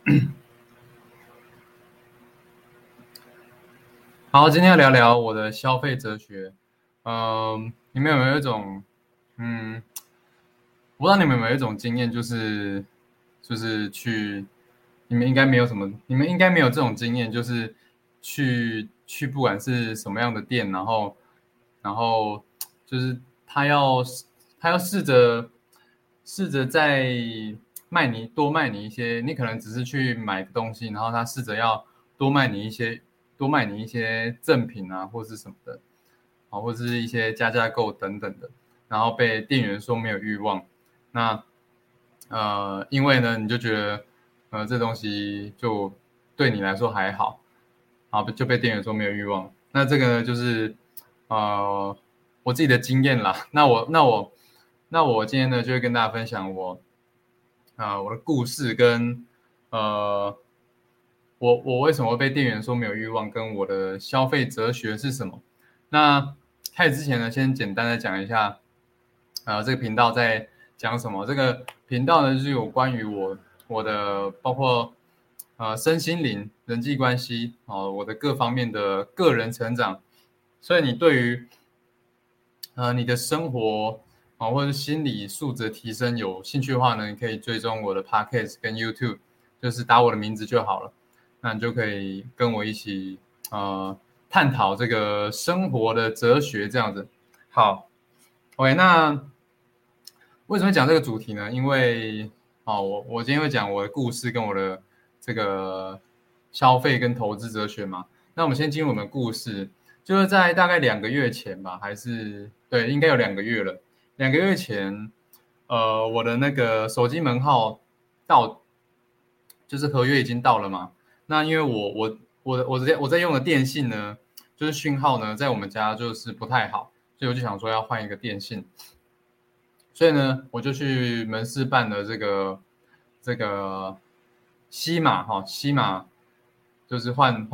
好，今天要聊聊我的消费哲学。你们有没有一种，嗯，我不知道你们有没有一种经验，就是去，你们应该没有什么，你们应该没有这种经验，就是去不管是什么样的店，然后就是他要试着再多卖你一些，你可能只是去买个东西，然后他试着要多卖你一些多卖你一些赠品啊，或是什么的，啊，或是一些加购等等的，然后被店员说没有欲望，那因为呢，你就觉得这东西就对你来说还好，好就被店员说没有欲望，那这个呢就是呃我自己的经验啦，那我今天呢就会跟大家分享我的故事跟呃我为什么会被店员说没有欲望，跟我的消费哲学是什么？那开始之前呢，先简单的讲一下，这个频道在讲什么？这个频道呢，就是有关于我的包括身心灵、人际关系我的各方面的个人成长。所以你对于你的生活或者是心理素质提升有兴趣的话呢，你可以追踪我的 Podcast 跟 YouTube，就是打我的名字就好了。那你就可以跟我一起探讨这个生活的哲学这样子。好，OK，那为什么讲这个主题呢？因为我今天会讲我的故事跟我的这个消费跟投资哲学嘛。那我们先进入我们的故事，就是在大概2个月前吧，还是对，应该有2个月了。2个月前，我的那个手机门号到，就是合约已经到了嘛。那因为我在用的电信呢，就是讯号呢，在我们家就是不太好，所以我就想说要换一个电信。所以呢，我就去门市办了这个西马就是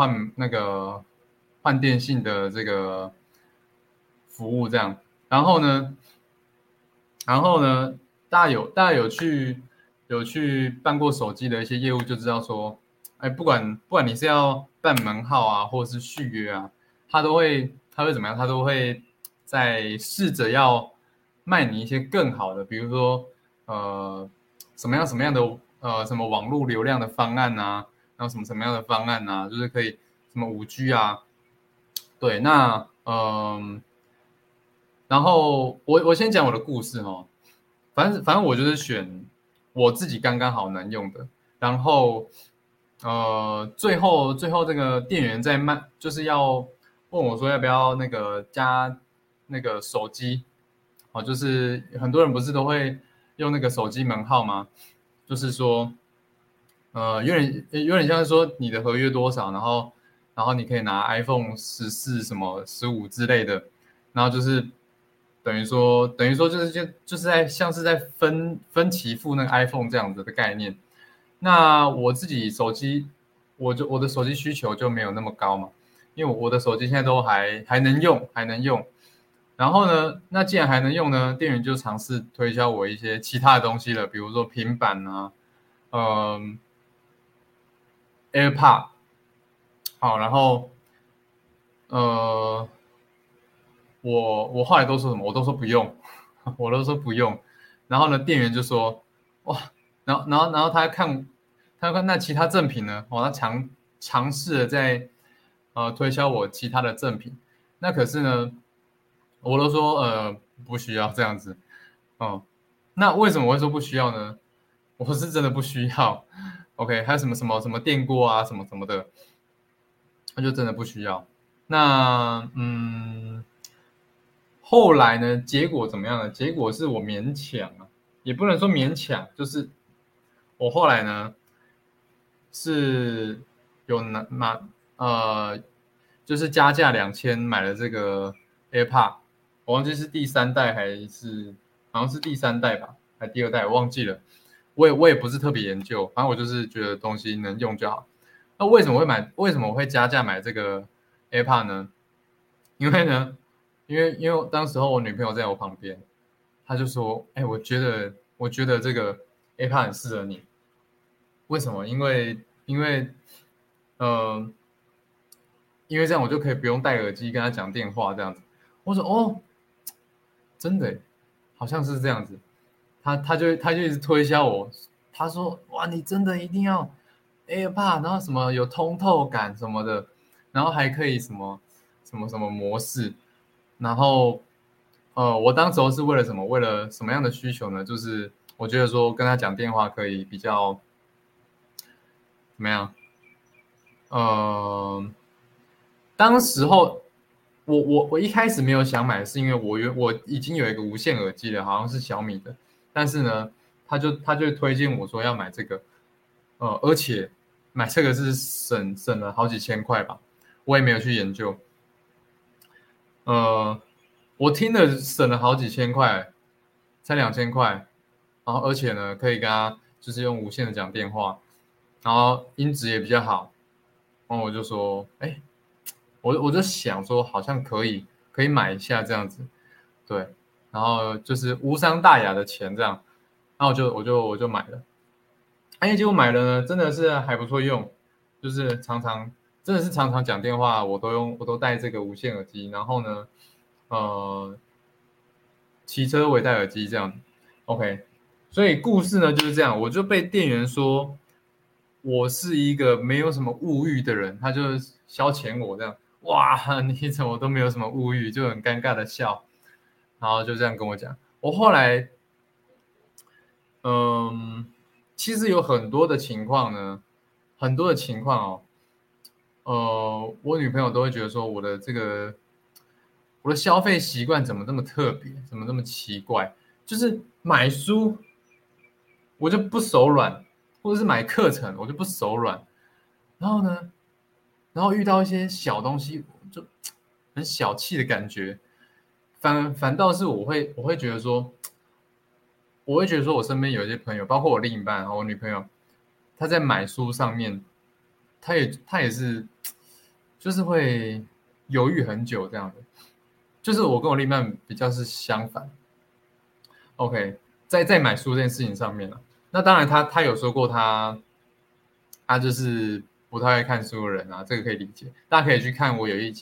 换电信的这个服务这样。然后呢，然后呢，大家有去办过手机的一些业务，就知道说，哎，不管你是要办门号啊，或者是续约啊，他会怎么样？他都会在试着要卖你一些更好的，比如说呃什么样的什么网络流量的方案啊，然后什么样的方案啊，就是可以什么5G 啊，对，那然后我先讲我的故事哦，反正我就是选我自己刚刚好能用的，然后最后这个店员在卖，就是要问我说要不要那个加那个手机就是很多人不是都会用那个手机门号吗？就是说有点像是说你的合约多少，然后你可以拿 iPhone 14什么15之类的，然后就是等于说就是像是在分期付那个 iPhone 这样子的概念。那我自己手机，我的手机需求就没有那么高嘛，因为我的手机现在都还能用。然后呢，那既然还能用呢，店员就尝试推销我一些其他的东西了，比如说平板啊，嗯、AirPod，好，然后呃，我后来都说什么？我都说不用，我都说不用。然后呢，店员就说哇，然后他看那其他赠品呢？他尝试的在推销我其他的赠品。那可是呢，我都说不需要这样子。哦，那为什么我会说不需要呢？我是真的不需要。OK，还有什么电锅啊，什么什么的，那就真的不需要。那后来呢？结果怎么样呢？结果是我勉强啊，也不能说勉强，就是我后来呢是有就是加价2000买了这个 AirPod，我忘记是第三代还是好像是第三代吧，还第二代我忘记了。我也不是特别研究，反正我就是觉得东西能用就好。那为什么我会加价买这个 AirPod 呢？因为呢，因为当时候我女朋友在我旁边，她就说：“哎，我觉得这个 AirPod 很适合你。” 为什么？呃，因为这样我就可以不用戴耳机跟他讲电话这样子。我说哦，真的耶，好像是这样子。他就一直推销我，他说哇，你真的一定要 AirPod，然后什么有通透感什么的，然后还可以什么模式，然后我当时候是为了什么？为了什么样的需求呢？就是我觉得说跟他讲电话可以比较怎么样？呃，当时候我一开始没有想买，是因为我已经有一个无线耳机了，好像是小米的，但是呢，他就推荐我说要买这个，而且买这个是省了好几千块吧，我也没有去研究，呃，我听了省了好几千块，才2000块，然后而且呢，可以跟他就是用无线的讲电话，然后音质也比较好，然后我就说，哎，我就想说，好像可以买一下这样子，对，然后就是无伤大雅的钱这样，然后我就买了，哎，结果买了呢，真的是还不错用，就是真的是常常讲电话，我都戴这个无线耳机，然后呢，呃，骑车我也戴耳机这样，OK，所以故事呢就是这样，我就被店员说我是一个没有什么物欲的人，他就消遣我这样，哇，你怎么都没有什么物欲，就很尴尬的笑，然后就这样跟我讲。我后来，嗯，其实有很多的情况呢，很多的情况我女朋友都会觉得说我的消费习惯怎么这么特别，怎么这么奇怪？就是买书我就不手软，或者是买课程我就不手软。然后呢，然后遇到一些小东西就很小气的感觉，反倒是我会觉得说，我会觉得说我身边有一些朋友，包括我另一半和我女朋友，她在买书上面，她也是就是会犹豫很久这样的。就是我跟我另一半比较是相反。OK，在买书这件事情上面呢，那当然他有说过他就是不太爱看书的人啊，这个可以理解。大家可以去看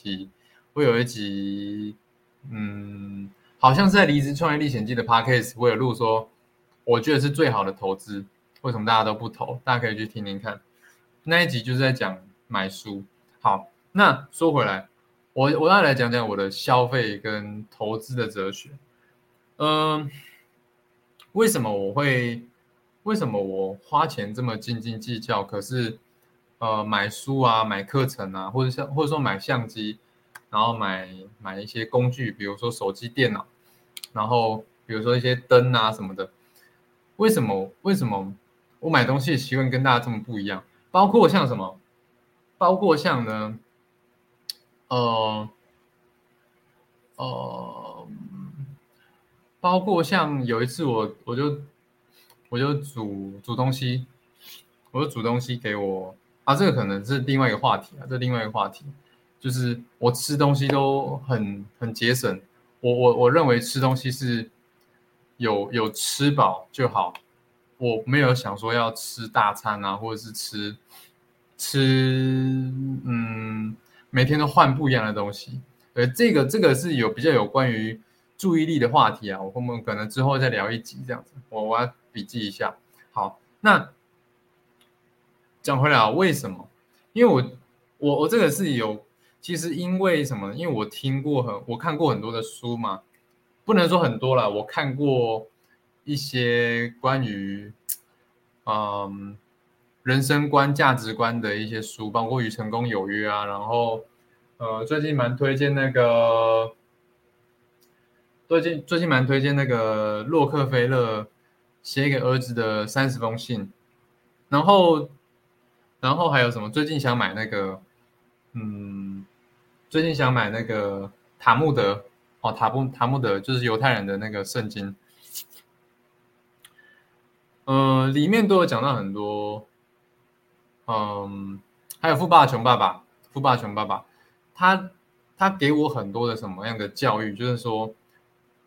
我有一集，嗯，好像是在《离职创业历险记》的 Podcast，我有录说，我觉得是最好的投资，为什么大家都不投？大家可以去听听看。那一集就是在讲买书。好，那说回来，我要来讲讲我的消费跟投资的哲学。嗯，为什么为什么我花钱这么斤斤计较？可是，买书啊，买课程啊，或者说买相机，然后买一些工具，比如说手机、电脑，然后比如说一些灯啊什么的。为什么我买东西的习惯跟大家这么不一样？包括像什么？包括像呢，呃呃，包括像有一次我就煮东西，我就煮东西给我啊，这个可能是另外一个话题啊，这另外一个话题就是我吃东西都很节省，我认为吃东西是有吃饱就好，我没有想说要吃大餐啊，或者是吃嗯每天都换不一样的东西。这个是比较有关于注意力的话题啊，我们可能之后再聊一集这样子，我要笔记一下。好，那讲回来啊，为什么？因为我这个是有，其实因为什么？因为我看过很多的书嘛，不能说很多啦，我看过一些关于嗯人生观、价值观的一些书，包括《与成功有约》啊，然后最近蛮推荐那个最近蛮推荐那个洛克菲勒写给儿子的30封信，然后还有什么？嗯，最近想买那个塔木德哦，塔木德就是犹太人的那个圣经，里面都有讲到很多，嗯，还有富爸穷爸爸，他他给我很多的什么样的教育，就是说，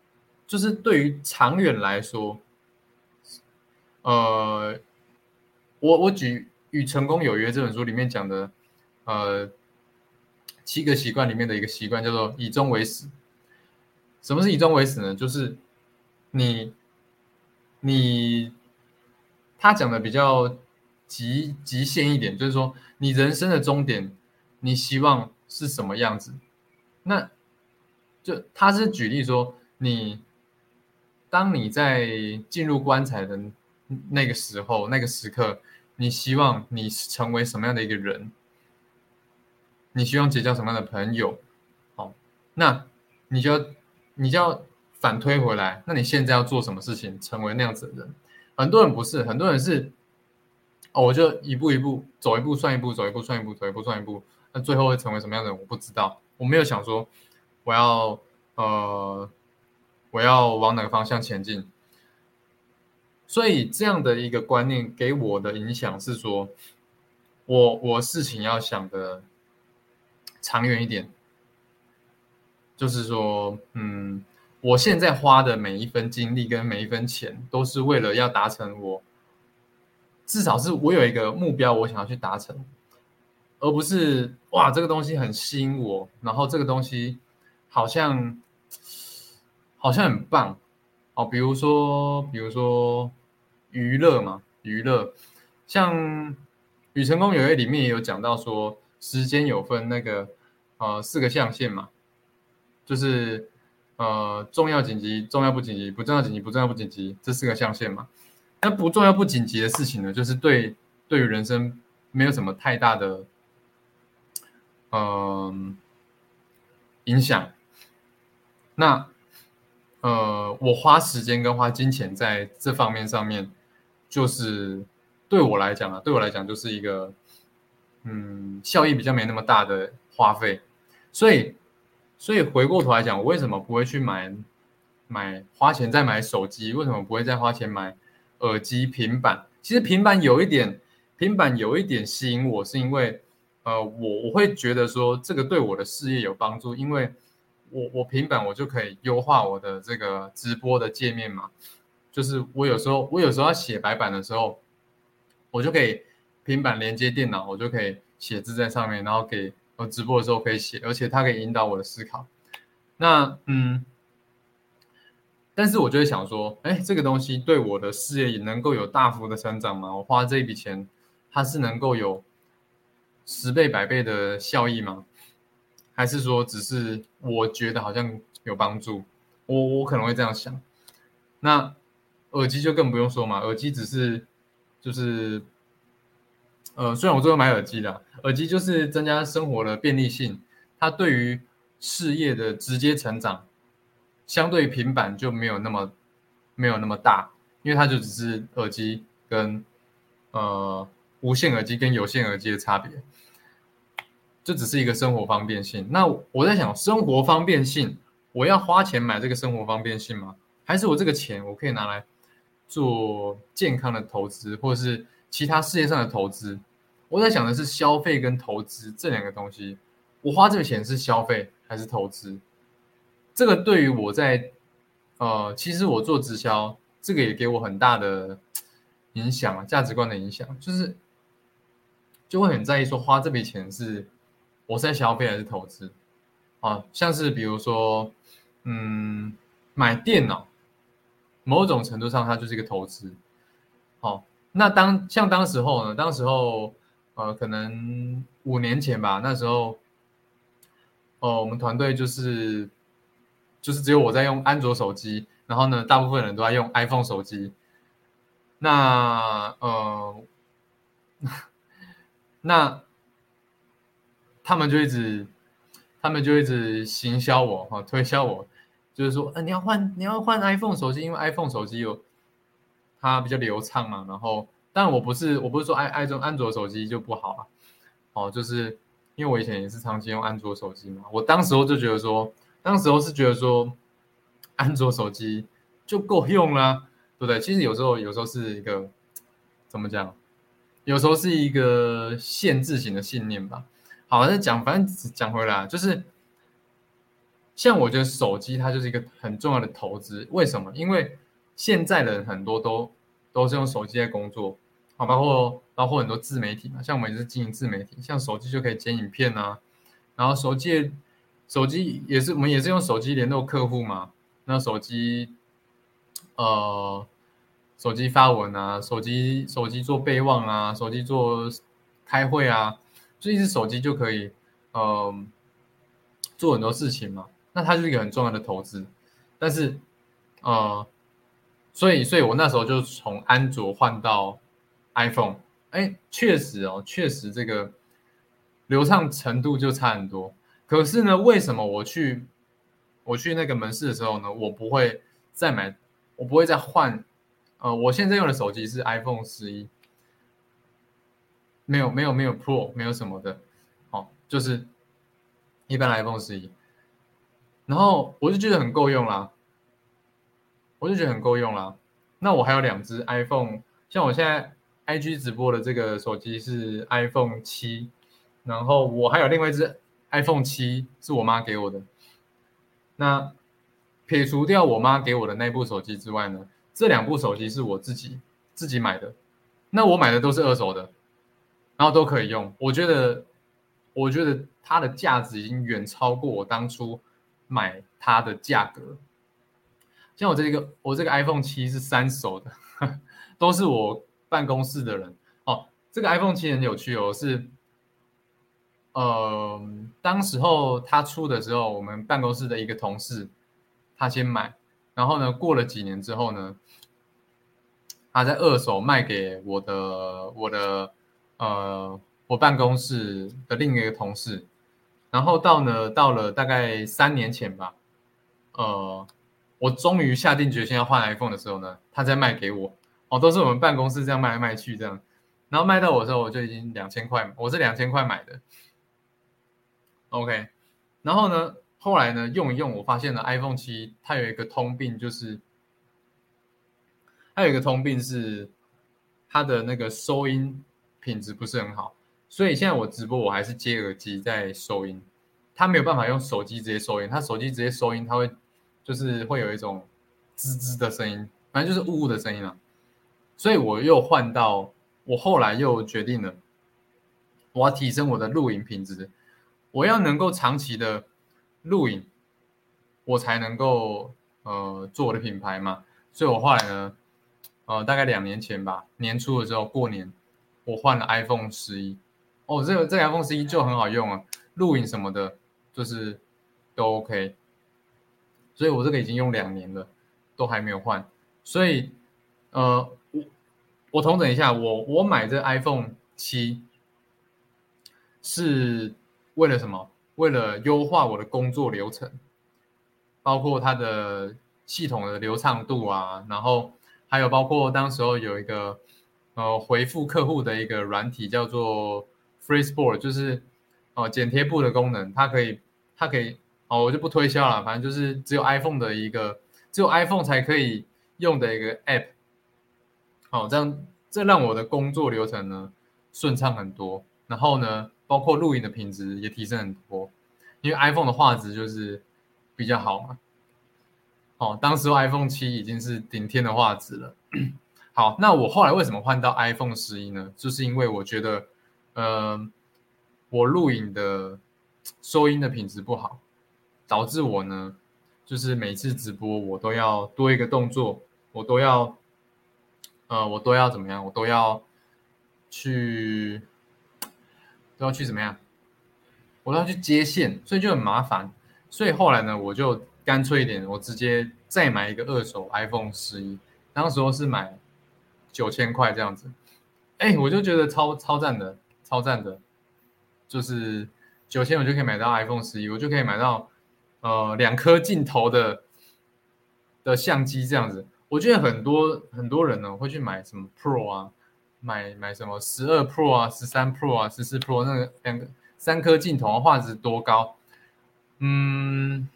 就是对于长远来说，呃， 我举《与成功有约》这本书里面讲的，7个习惯里面的一个习惯叫做以终为始。什么是以终为始呢？就是你你他讲的比较极限一点，就是说你人生的终点，你希望是什么样子？那就他是举例说，当你在进入棺材的那个时候、那个时刻，你希望你成为什么样的一个人？你希望结交什么样的朋友？好，那你就要你就要反推回来，那你现在要做什么事情，成为那样子的人？很多人不是，很多人是哦，我就一步一步走，一步算一步，走一步算一步，走一步算一步。那最后会成为什么样的人，我不知道。我没有想说我要呃我要往哪个方向前进。所以这样的一个观念给我的影响是说，我事情要想的长远一点，就是说，我现在花的每一分精力跟每一分钱，都是为了要达成至少是我有一个目标，我想要去达成，而不是哇这个东西很吸引我，然后这个东西好像好像很棒哦，比如说娱乐嘛，娱乐，像《与成功有约》里面也有讲到说，时间有分那个4个象限嘛，就是重要紧急、重要不紧急、不重要紧急、不重要不紧急这4个象限嘛。那不重要不紧急的事情呢，就是对于人生没有什么太大的嗯、影响。那我花时间跟花金钱在这方面上面，就是对我来讲就是一个效益比较没那么大的花费。所以回过头来讲，我为什么不会去花钱再买手机？为什么不会再花钱买耳机、平板？其实平板有一点吸引我，是因为我会觉得说这个对我的事业有帮助，因为我平板我就可以优化我的这个直播的界面嘛。就是我有时候要写白板的时候，我就可以平板连接电脑，我就可以写字在上面，然后给我直播的时候可以写，而且它可以引导我的思考。那但是我就会想说，哎，这个东西对我的事业也能够有大幅的成长吗？我花这一笔钱，它是能够有10倍、100倍的效益吗？还是说只是我觉得好像有帮助？我可能会这样想。那耳机就更不用说嘛，耳机就是虽然我最后买耳机了，耳机就是增加生活的便利性，它对于事业的直接成长，相对于平板就没有那么大，因为它就只是耳机跟无线耳机跟有线耳机的差别，这只是一个生活方便性。那我在想，生活方便性，我要花钱买这个生活方便性吗？还是我这个钱我可以拿来做健康的投资，或者是其他事业上的投资？我在想的是消费跟投资这两个东西，我花这个钱是消费还是投资？这个对于我其实我做直销，这个也给我很大的影响啊，价值观的影响，就会很在意说花这笔钱是我是在消费还是投资啊？像是比如说，买电脑，某种程度上它就是一个投资。好，那当时候呢，当时候可能5年前吧，那时候我们团队就是只有我在用安卓手机，然后呢，大部分人都在用 iPhone 手机。那那他们就一直行销我哈，推销我，就是说，你要换 iPhone 手机，因为 iPhone 手机它比较流畅嘛。然后，但我不是说安卓手机就不好啊，哦，就是因为我以前也是长期用安卓手机嘛，我当时候就觉得说，当时候是觉得说，安卓手机就够用啦，对不对？其实有时候是一个怎么讲？有时候是一个限制型的信念吧。好，反正讲回来啊，就是像我觉得手机它就是一个很重要的投资。为什么？因为现在人很多都是用手机在工作，好，包括包括很多自媒体嘛，像我们也是经营自媒体，像手机就可以剪影片啊，然后手机也是我们也是用手机联络客户嘛，那呃手机发文啊，手机做备忘啊，手机做开会啊，就一只手机就可以呃做很多事情嘛，那它就是一个很重要的投资，但是呃所以我那时候就从安卓换到 iPhone，哎，确实哦，确实这个流畅程度就差很多。可是呢，为什么我去那个门市的时候呢，再买，我不会再换。我现在用的手机是 iPhone 11，没有 Pro，没有什么的，哦，就是一般的 iPhone 11，然后我就觉得很够用啦，我就觉得很够用啦。那我还有2只 iPhone，像我现在 IG 直播的这个手机是 iPhone 7，然后我还有另外一只 iPhone 7是我妈给我的。那撇除掉我妈给我的那部手机之外呢，这2部手机是我自己买的。那我买的都是二手的，然后都可以用。我觉得它的价值已经远超过我当初买它的价格。像我这个 iPhone 7是3手的，都是我办公室的人哦。这个 iPhone 7很有趣哦，当时候他出的时候，我们办公室的一个同事他先买，然后呢，过了几年之后呢，他在二手卖给我办公室的另一个同事，然后到了大概3年前吧，呃，我终于下定决心要换 iPhone 的时候呢，他再卖给我，哦，都是我们办公室这样卖来卖去这样，然后卖到我的时候，我就已经2000块，我是2000块买的，OK，然后呢，后来呢用一用，我发现了 iPhone 7它有一个通病，就是它有一个通病是它的那个收音品质不是很好，所以现在我直播我还是接耳机在收音，它没有办法用手机直接收音，它手机直接收音，它就是会有一种滋滋的声音，反正就是呜呜的声音啊。所以我后来又决定了，我要提升我的录影品质，我要能够长期的录影，我才能够做我的品牌嘛。所以我后来呢，大概2年前吧，年初的时候过年，我换了 iPhone 11。哦，这个 iPhone 11就很好用啊，录影什么的，就是都 OK。所以我这个已经用2年了，都还没有换。所以我统整一下，我买这 iPhone 7是为了什么？为了优化我的工作流程，包括它的系统的流畅度啊，然后还有包括当时候有一个回复客户的一个软体叫做 FreeSport，就是剪贴簿的功能，它可以我就不推销了，反正就是只有 iPhone 才可以用的一个 App，这让我的工作流程呢顺畅很多，然后呢，包括录影的品质也提升很多，因为 iPhone 的画质就是比较好嘛。哦，当时 iPhone 7已经是顶天的画质了。好，那我后来为什么换到 iPhone 11呢？就是因为我觉得，呃，我录影的收音的品质不好，导致我呢，就是每次直播我都要多一个动作，我都要我都要怎么样？我去都要去怎么样？我都要去接线，所以就很麻烦。所以后来呢，我就干脆一点，我直接再买一个二手 iPhone 11，当时候是买9000块这样子。哎，我就觉得超赞的，超赞的，就是9000我就可以买到 iPhone 11，我就可以买到2颗镜头的相机这样子。我觉得很多人呢会去买什么 Pro 啊，买什么12 Pro 啊、13 Pro 啊、14 Pro 那个3颗镜头画质多高？嗯，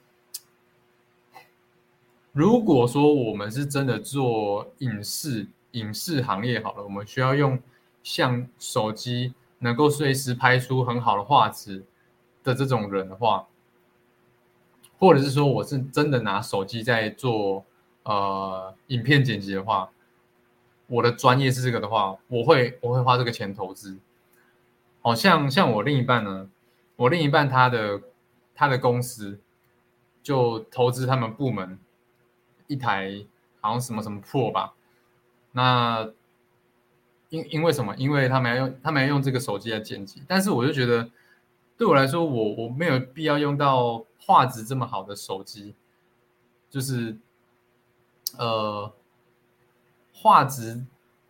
如果说我们是真的做影视行业好了，我们需要用像手机能够随时拍出很好的画质的这种人的话，或者是说我是真的拿手机在做影片剪辑的话， 我的专业是这个的话，我会花这个钱投资。好像我另一半呢，我另一半他的公司就投资他们部门一台好像什么什么 Pro 吧。那因为什么？因为他们要用这个手机来剪辑，但是我就觉得对我来说，我没有必要用到画质这么好的手机，就是呃画质，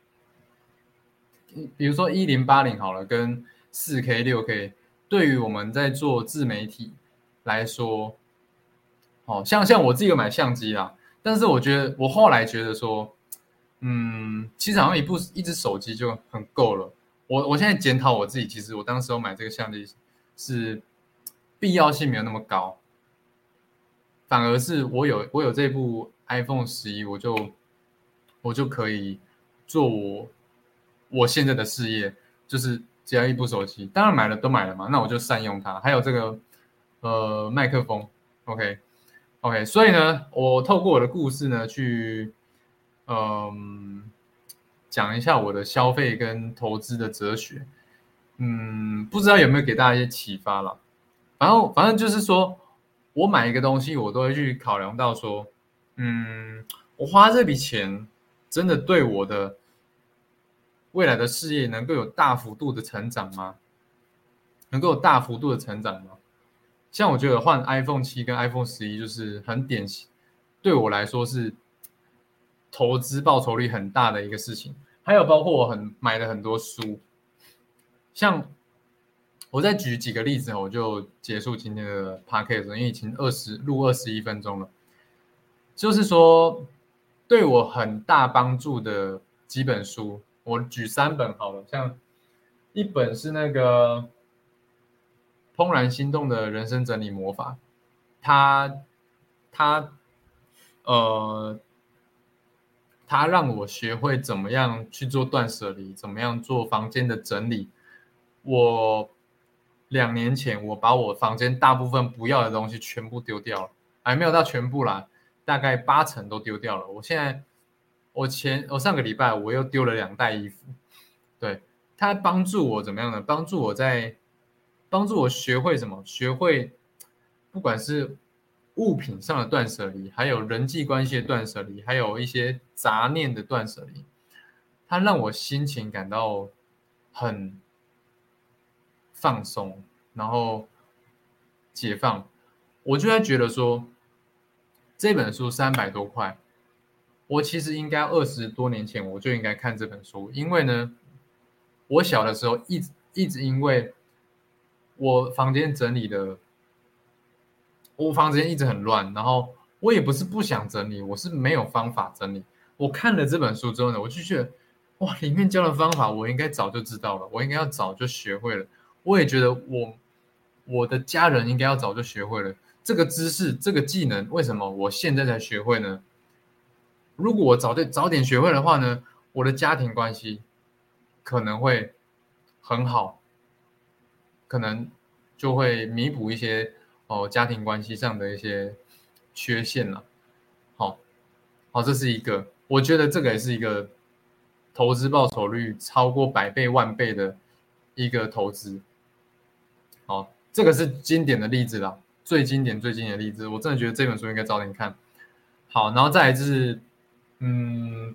比如说1080好了，跟4K 6K，对于我们在做自媒体来说，像我自己有买相机啦，但是我后来觉得说，其实好像一只手机就很够了。我现在检讨我自己，其实我当时候买这个相机是必要性没有那么高，反而是我有这部 iPhone 11，我就可以做我现在的事业，就是只要一部手机。当然买了都买了嘛，那我就善用它。还有这个麦克风，OK OK，所以呢，我透过我的故事呢，去嗯讲一下我的消费跟投资的哲学。不知道有没有给大家一些启发啦。反正就是说，我买一个东西，我都会去考量到说，嗯，我花这笔钱真的对我的未来的事业能够有大幅度的成长吗？能够有大幅度的成长吗？像我觉得换 iPhone 7跟iPhone 11就是很典型，对我来说是投资报酬率很大的一个事情。还有包括我买了很多书，像我再举几个例子，我就结束今天的 podcast，因为已经录21分钟了。就是说，对我很大帮助的几本书，我举3本好了。像一本是那个《怦然心动的人生整理魔法》，它它呃，它让我学会怎么样去做断舍离，怎么样做房间的整理。我2年前，我把我房间大部分不要的东西全部丢掉了，还没有到全部啦，大概80%都丢掉了。我上个礼拜我又丢了2袋衣服，对，它帮助我怎么样呢？帮助我学会什么？学会不管是物品上的断舍离，还有人际关系的断舍离，还有一些杂念的断舍离，它让我心情感到很放松，然后解放。我就在觉得说，这本书300多块，我其实应该20多年前我就应该看这本书，因为呢，我小的时候一直因为我房间整理的，我房间一直很乱，然后我也不是不想整理，我是没有方法整理。我看了这本书之后呢，我就觉得，哇，里面教的方法我应该早就知道了，我应该要早就学会了。我也觉得我的家人应该要早就学会了这个知识，这个技能，为什么我现在才学会呢？如果我早点学会的话呢，我的家庭关系可能会很好，可能就会弥补一些家庭关系上的一些缺陷了。好，好，这是一个，我觉得这个也是一个投资报酬率超过100倍、10000倍的一个投资。好，这个是经典的例子啦，最经典的例子，我真的觉得这本书应该早点看。好，然后再来就是，嗯，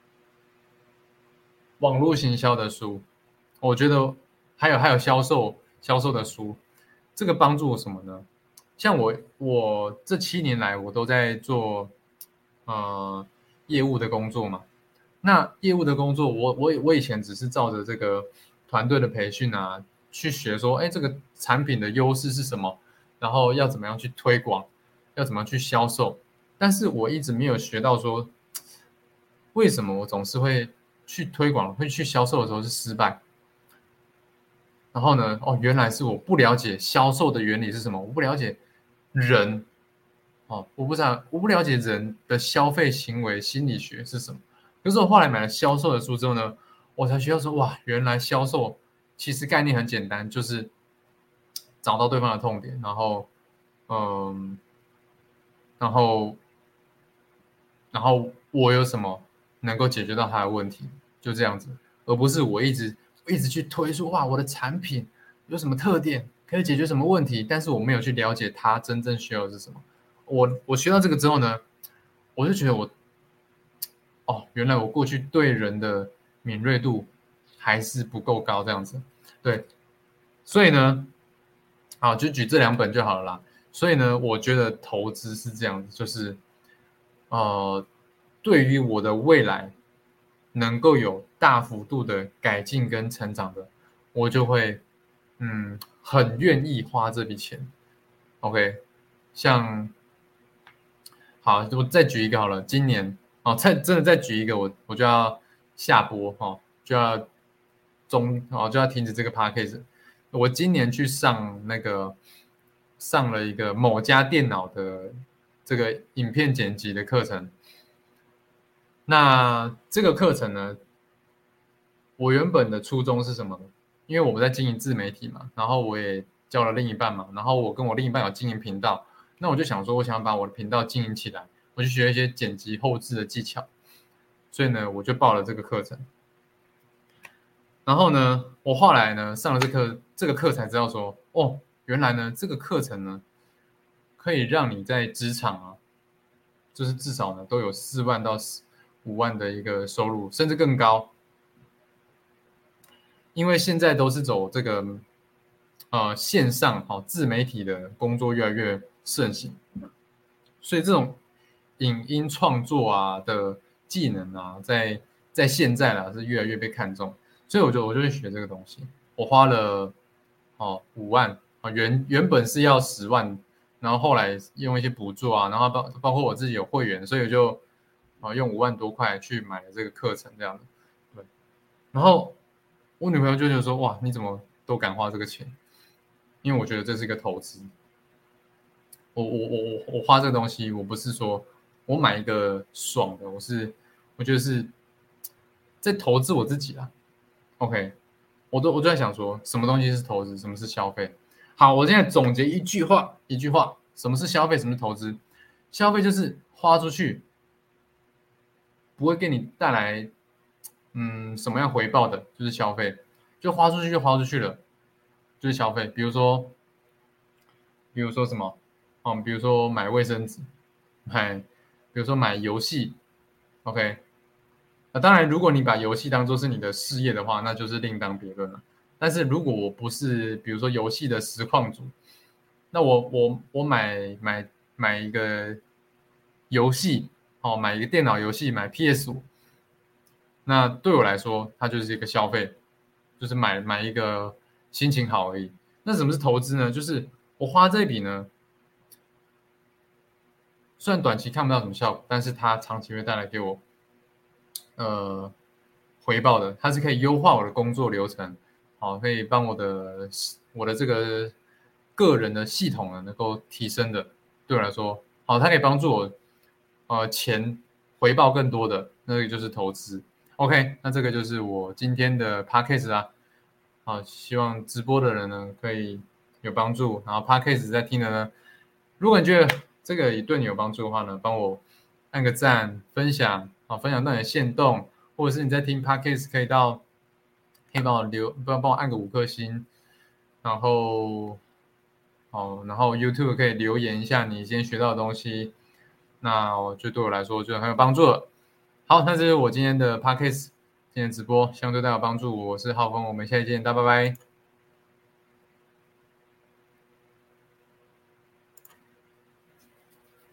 网络行销的书，我觉得还有销售的书，这个帮助我什么呢？像我这7年来我都在做呃业务的工作嘛。那业务的工作，我以前只是照着这个团队的培训啊，去学说，哎，这个产品的优势是什么，然后要怎么样去推广，要怎么样去销售。但是我一直没有学到说，为什么我总是会去推广、会去销售的时候是失败？然后呢，原来是我不了解销售的原理是什么，我不了解人，我不了解人的消费行为心理学是什么。可是我后来买了销售的书之后呢，我才学到说，哇，原来销售其实概念很简单，就是找到对方的痛点，嗯，然后然后我有什么， 能够解决到他的问题，就这样子，而不是我一直去推说哇，我的产品有什么特点，可以解决什么问题，但是我没有去了解他真正需要的是什么。我学到这个之后呢，我就觉得原来我过去对人的敏锐度还是不够高，这样子，对，所以呢，好，就举这2本就好了啦。所以呢，我觉得投资是这样子，就是呃，对于我的未来能够有大幅度的改进跟成长的，我就会很愿意花这笔钱。OK，像好，我再举一个好了，今年真的再举一个，我就要下播就要就要停止这个 podcast。我今年去上了一个某家电脑的这个影片剪辑的课程。那这个课程呢，我原本的初衷是什么呢？因为我们在经营自媒体嘛，然后我也教了另一半嘛，然后我跟我另一半有经营频道，那我就想说，我想把我的频道经营起来，我去学一些剪辑后置的技巧，所以呢，我就报了这个课程。然后呢，我后来呢上了这个课才知道说，原来呢这个课程呢可以让你在职场就是至少呢都有4万到5万的一个收入，甚至更高。因为现在都是走这个线上自媒体的工作越来越盛行，所以这种影音创作的技能在现在是越来越被看重，所以我就去学这个东西。我花了5万原本是要10万，然后后来用一些补助然后包括我自己有会员，所以我就用5万多块去买了这个课程这样的。对，然后我女朋友就觉得说，哇，你怎么都敢花这个钱？因为我觉得这是一个投资。我花这个东西，我不是说我买一个爽的，我觉得是在投资我自己啦。OK，我就在想说，什么东西是投资，什么是消费？好，我现在总结一句话，什么是消费，什么是投资？消费就是花出去，不会给你带来什么样回报的，就是消费，就花出去就花出去了，就是消费。比如说什么？比如说买卫生纸，比如说买游戏，OK。那当然，如果你把游戏当做是你的事业的话，那就是另当别论了。但是如果我不是，比如说游戏的实况组，那我买一个游戏，买一个电脑游戏，买 PS5，那对我来说，它就是一个消费，就是买一个心情好而已。那什么是投资呢？就是我花这一笔呢，虽然短期看不到什么效果，但是它长期会带来给我回报的，它是可以优化我的工作流程，可以帮我的这个个人的系统呢能够提升的。对我来说，它可以帮助我钱回报更多的，那个就是投资。OK，那这个就是我今天的 podcast 啦。希望直播的人呢可以有帮助，然后 podcast 在听的呢，如果你觉得这个也对你有帮助的话呢，帮我按个赞，分享分享到你的限动，或者是你在听 podcast 可以帮我按个5颗星，然后然后 YouTube 可以留言一下你今天学到的东西，那就对我来说就很有帮助了。好，那这是我今天的 podcast，今天直播，希望对大家有帮助。我是浩峰，我们下期见，大家拜拜。